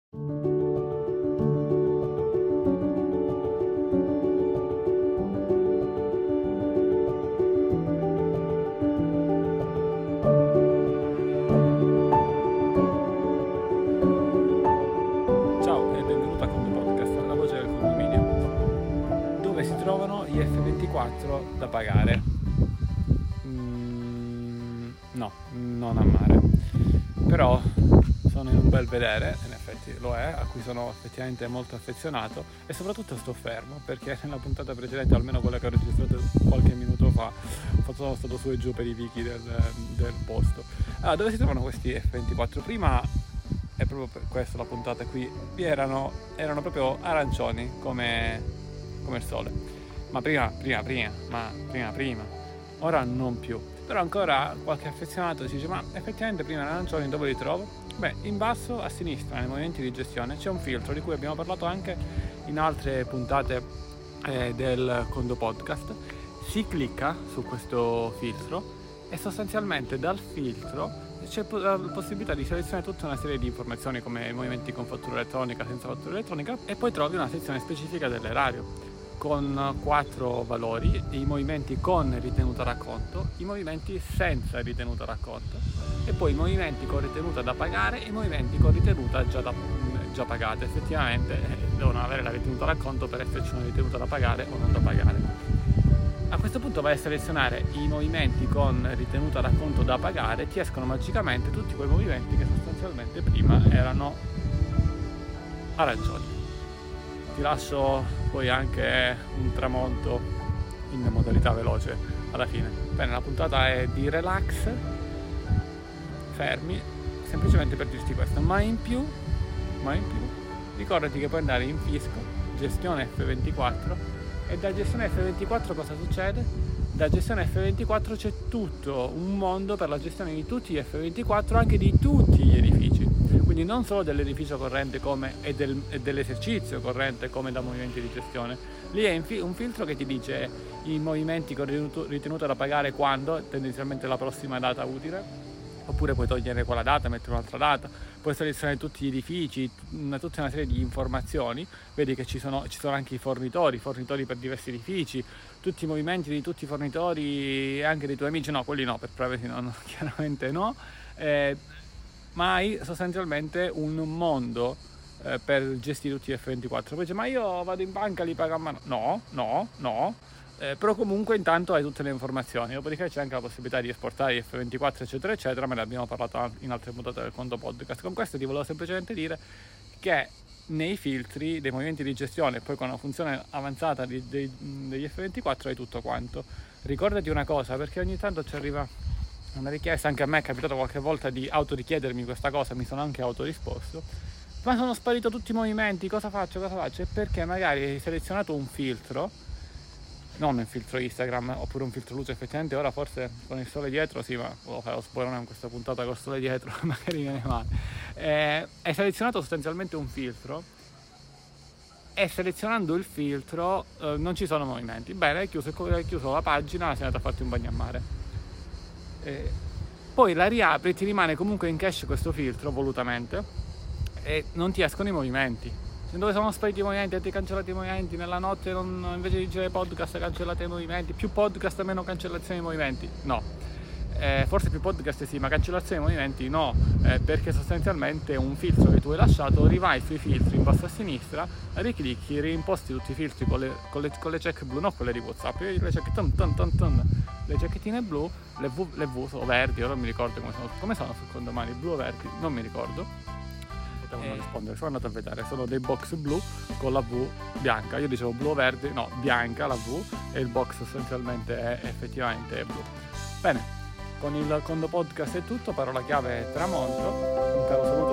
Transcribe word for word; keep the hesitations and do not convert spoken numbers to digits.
Ciao e benvenuto a Condo Podcast, la voce del condominio, dove si trovano gli effe ventiquattro da pagare. Mm, no, non a mare, però sono in un bel vedere, in effetti lo è, a cui sono effettivamente molto affezionato, e soprattutto sto fermo perché nella puntata precedente, almeno quella che ho registrato qualche minuto fa, sono stato su e giù per i vichi del, del posto. Allora, dove si trovano questi effe ventiquattro? Prima, è proprio per questo la puntata qui, erano, erano proprio arancioni come, come il sole, ma prima, prima, prima, ma prima, prima, ora non più. Però ancora qualche affezionato si dice: ma effettivamente prima erano arancioni, dove li trovo? Beh, in basso a sinistra, nei movimenti di gestione, c'è un filtro di cui abbiamo parlato anche in altre puntate eh, del Condo Podcast. Si clicca su questo filtro e sostanzialmente dal filtro c'è la possibilità di selezionare tutta una serie di informazioni come i movimenti con fattura elettronica, senza fattura elettronica, e poi trovi una sezione specifica dell'erario con quattro valori: i movimenti con ritenuta racconto, i movimenti senza ritenuta racconto, e poi i movimenti con ritenuta da pagare e i movimenti con ritenuta già, da, già pagata. Effettivamente eh, devono avere la ritenuta racconto per esserci una ritenuta da pagare o non da pagare. A questo punto vai a selezionare i movimenti con ritenuta racconto da pagare, ti escono magicamente tutti quei movimenti che sostanzialmente prima erano arancioni. Ti lascio poi anche un tramonto in modalità veloce alla fine. Bene, la puntata è di relax, fermi, semplicemente per dirti questo, ma in più, ma in più, ricordati che puoi andare in fisco, gestione effe ventiquattro, e da gestione effe ventiquattro cosa succede? Da gestione effe ventiquattro c'è tutto un mondo per la gestione di tutti gli effe ventiquattro, anche di tutti gli edifici, quindi non solo dell'edificio corrente come e, del, e dell'esercizio corrente come da movimenti di gestione. Lì è un filtro che ti dice i movimenti con ritenuta da pagare quando, tendenzialmente la prossima data utile, oppure puoi togliere quella data, mettere un'altra data, puoi selezionare tutti gli edifici, una, tutta una serie di informazioni. Vedi che ci sono, ci sono anche i fornitori, fornitori per diversi edifici, tutti i movimenti di tutti i fornitori e anche dei tuoi amici. No, quelli no, per privacy no, no, chiaramente no, eh, ma hai sostanzialmente un mondo eh, per gestire tutti gli effe ventiquattro. Poi dice: ma io vado in banca, li pago a mano. No, no, no. Eh, però comunque intanto hai tutte le informazioni. Dopodiché c'è anche la possibilità di esportare gli effe ventiquattro eccetera eccetera, me ne abbiamo parlato in altre puntate del Condo Podcast. Con questo ti volevo semplicemente dire che nei filtri dei movimenti di gestione e poi con una funzione avanzata di, di, degli effe ventiquattro hai tutto quanto. Ricordati una cosa, perché ogni tanto ci arriva una richiesta, anche a me è capitato qualche volta di autorichiedermi questa cosa, mi sono anche autorisposto: ma sono sparito tutti i movimenti, cosa faccio, cosa faccio? E perché magari hai selezionato un filtro, non un filtro Instagram oppure un filtro luce. Effettivamente ora forse con il sole dietro, sì, ma lo farò spoilerare in questa puntata col sole dietro, magari viene male. Eh, hai selezionato sostanzialmente un filtro e selezionando il filtro eh, non ci sono movimenti. Bene, hai chiuso, hai chiuso la pagina, sei andato a farti un bagno a mare. Eh, poi la riapri, ti rimane comunque in cache questo filtro volutamente e non ti escono i movimenti. Dove sono spariti i movimenti? Avete cancellato i movimenti nella notte, non, invece di girare podcast cancellate i movimenti, più podcast meno cancellazione dei movimenti? No, eh, forse più podcast sì, ma cancellazione dei movimenti no, eh, perché sostanzialmente un filtro che tu hai lasciato, rivai sui filtri in basso a sinistra, riclicchi, reimposti tutti i filtri con le, con le, con le check blu, non quelle di WhatsApp, le, check, ton, ton, ton, ton, le cecchettine blu, le V, le V sono verdi, ora non mi ricordo come sono, come sono sul condomani, blu o verdi, non mi ricordo. Devono rispondere, sono andato a vedere, sono dei box blu con la V bianca. Io dicevo blu o verde, no, bianca la V, e il box sostanzialmente è effettivamente blu. Bene, con il Condo Podcast è tutto, parola chiave tramonto, un caro saluto